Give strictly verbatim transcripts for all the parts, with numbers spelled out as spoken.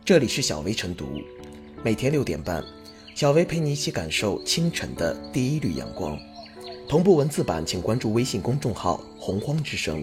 这里是小薇晨读，每天六点半，小薇陪你一起感受清晨的第一缕阳光。同步文字版请关注微信公众号洪荒之声。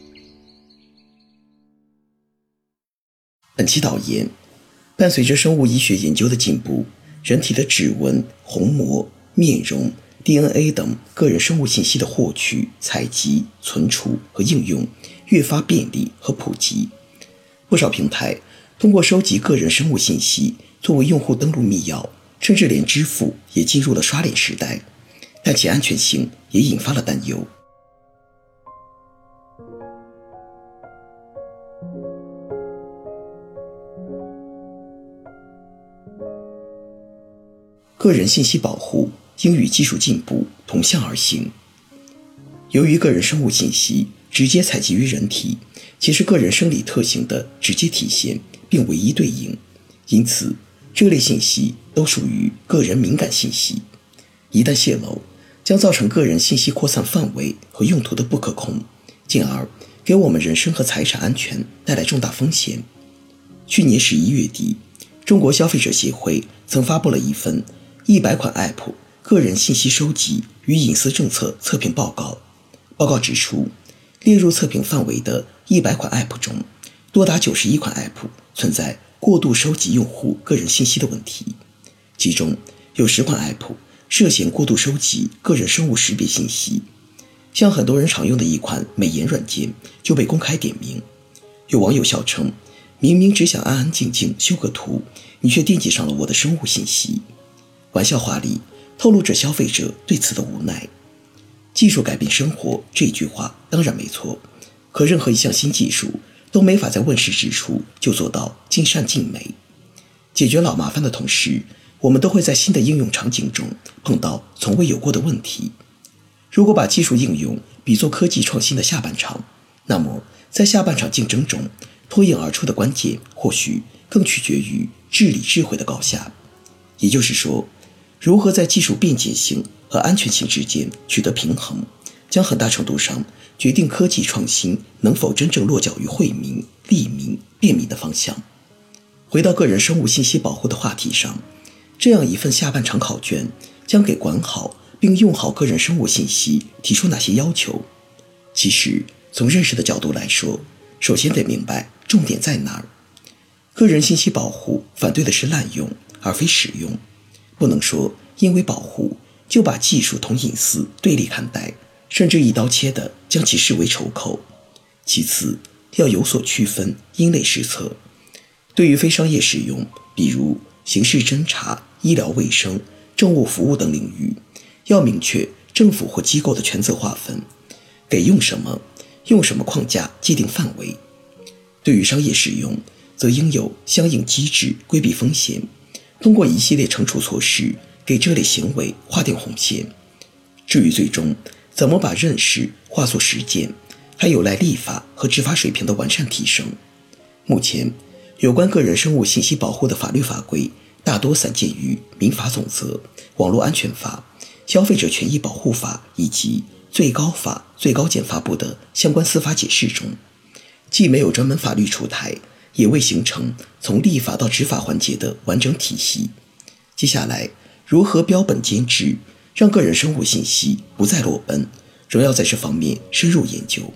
本期导言：伴随着生物医学研究的进步，人体的指纹、虹膜、面容、D N A 等个人生物信息的获取、采集、存储和应用越发便利和普及。不少平台通过收集个人生物信息作为用户登录密钥，甚至连支付也进入了刷脸时代，但其安全性也引发了担忧。个人信息保护应与技术进步同向而行。由于个人生物信息直接采集于人体，其是个人生理特性的直接体现并唯一对应，因此这类信息都属于个人敏感信息，一旦泄露，将造成个人信息扩散范围和用途的不可控，进而给我们人身和财产安全带来重大风险。去年十一月底，中国消费者协会曾发布了一份一百款 App 个人信息收集与隐私政策测评报告。报告指出，列入测评范围的一百款 App 中，多达九十一款 App 存在过度收集用户个人信息的问题，其中有十款 App 涉嫌过度收集个人生物识别信息。像很多人常用的一款美颜软件就被公开点名。有网友笑称，明明只想安安静静修个图，你却惦记上了我的生物信息。玩笑话里透露着消费者对此的无奈。技术改变生活这句话当然没错，可任何一项新技术都没法在问世之初就做到尽善尽美。解决老麻烦的同时，我们都会在新的应用场景中碰到从未有过的问题。如果把技术应用比作科技创新的下半场，那么在下半场竞争中脱颖而出的关键或许更取决于治理智慧的高下。也就是说，如何在技术便捷性和安全性之间取得平衡，将很大程度上决定科技创新能否真正落脚于惠民、利民、便民的方向。回到个人生物信息保护的话题上，这样一份下半场考卷将给管好并用好个人生物信息提出哪些要求？其实从认识的角度来说，首先得明白重点在哪儿。个人信息保护反对的是滥用，而非使用。不能说因为保护就把技术同隐私对立看待，甚至一刀切地将其视为仇口。其次，要有所区分，因类施策。对于非商业使用，比如刑事侦查、医疗卫生、政务服务等领域，要明确政府或机构的权责划分，给用什么、用什么框架界定范围。对于商业使用，则应有相应机制规避风险，通过一系列惩处措施给这类行为划定红线。至于最终怎么把认识化作实践，还有赖立法和执法水平的完善提升。目前有关个人生物信息保护的法律法规大多散见于民法总则、网络安全法、消费者权益保护法以及最高法、最高检发布的相关司法解释中，既没有专门法律出台，也未形成从立法到执法环节的完整体系。接下来，如何标本兼治，让个人生物信息不再裸奔，仍要在这方面深入研究。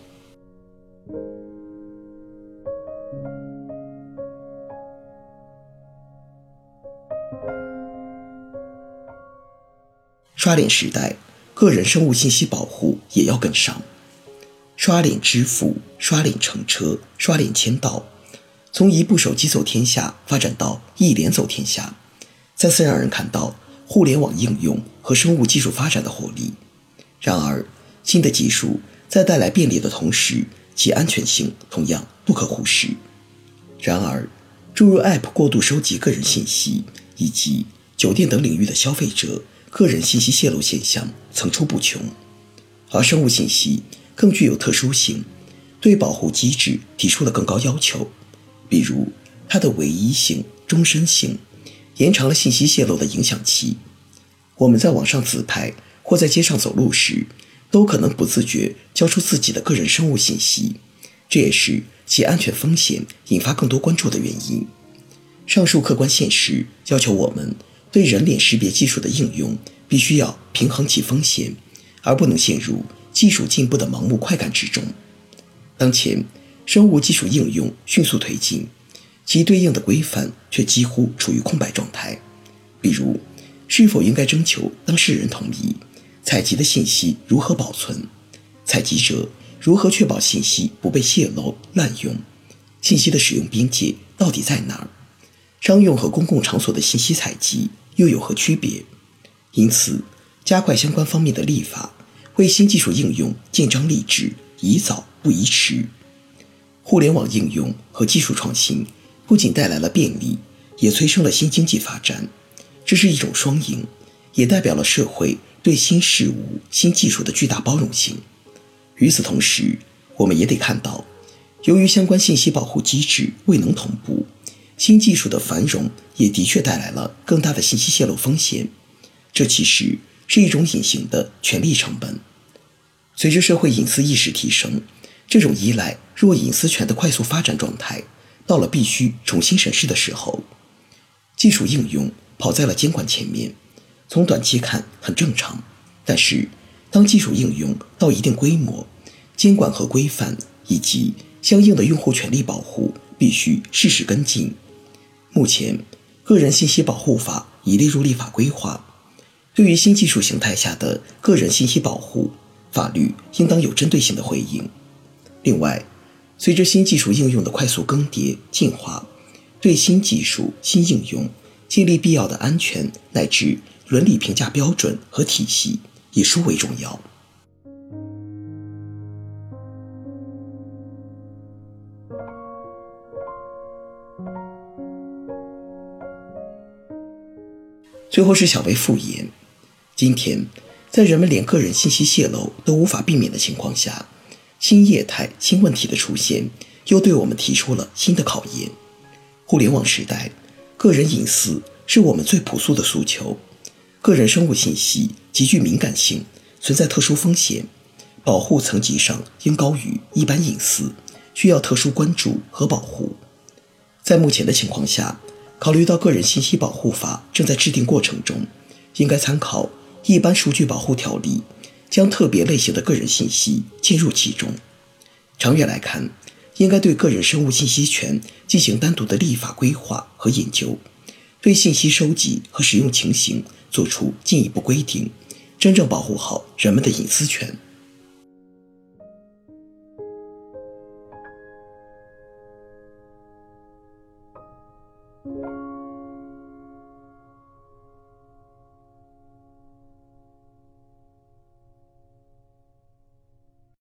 刷脸时代，个人生物信息保护也要跟上。刷脸支付、刷脸乘车、刷脸签到，从一部手机走天下发展到一脸走天下，再次让人看到互联网应用和生物技术发展的活力。然而，新的技术在带来便利的同时，其安全性同样不可忽视。然而，诸如 App 过度收集个人信息，以及酒店等领域的消费者个人信息泄露现象层出不穷。而生物信息更具有特殊性，对保护机制提出了更高要求，比如它的唯一性、终身性，延长了信息泄露的影响期。我们在网上自拍或在街上走路时，都可能不自觉交出自己的个人生物信息，这也是其安全风险引发更多关注的原因。 上述客观现实要求我们对人脸识别技术的应用必须要平衡其风险，而不能陷入技术进步的盲目快感之中。当前，生物技术应用迅速推进，其对应的规范却几乎处于空白状态。比如，是否应该征求当事人同意？采集的信息如何保存？采集者如何确保信息不被泄露、滥用？信息的使用边界到底在哪儿？商用和公共场所的信息采集又有何区别？因此，加快相关方面的立法，为新技术应用建章立制，宜早不宜迟。互联网应用和技术创新不仅带来了便利，也催生了新经济发展，这是一种双赢，也代表了社会对新事物、新技术的巨大包容性。与此同时，我们也得看到，由于相关信息保护机制未能同步，新技术的繁荣也的确带来了更大的信息泄露风险，这其实是一种隐形的权利成本。随着社会隐私意识提升，这种依赖弱隐私权的快速发展状态，到了必须重新审视的时候。技术应用跑在了监管前面，从短期看很正常，但是当技术应用到一定规模，监管和规范以及相应的用户权利保护必须适时跟进。目前，个人信息保护法已列入立法规划，对于新技术形态下的个人信息保护，法律应当有针对性的回应。另外，随着新技术应用的快速更迭进化，对新技术新应用建立必要的安全乃至伦理评价标准和体系也殊为重要。最后是小微复言，今天在人们连个人信息泄露都无法避免的情况下，新业态、新问题的出现，又对我们提出了新的考验。互联网时代，个人隐私是我们最朴素的诉求，个人生物信息极具敏感性，存在特殊风险，保护层级上应高于一般隐私，需要特殊关注和保护。在目前的情况下，考虑到个人信息保护法正在制定过程中，应该参考一般数据保护条例，将特别类型的个人信息嵌入其中。长远来看，应该对个人生物信息权进行单独的立法规划和研究，对信息收集和使用情形做出进一步规定，真正保护好人们的隐私权。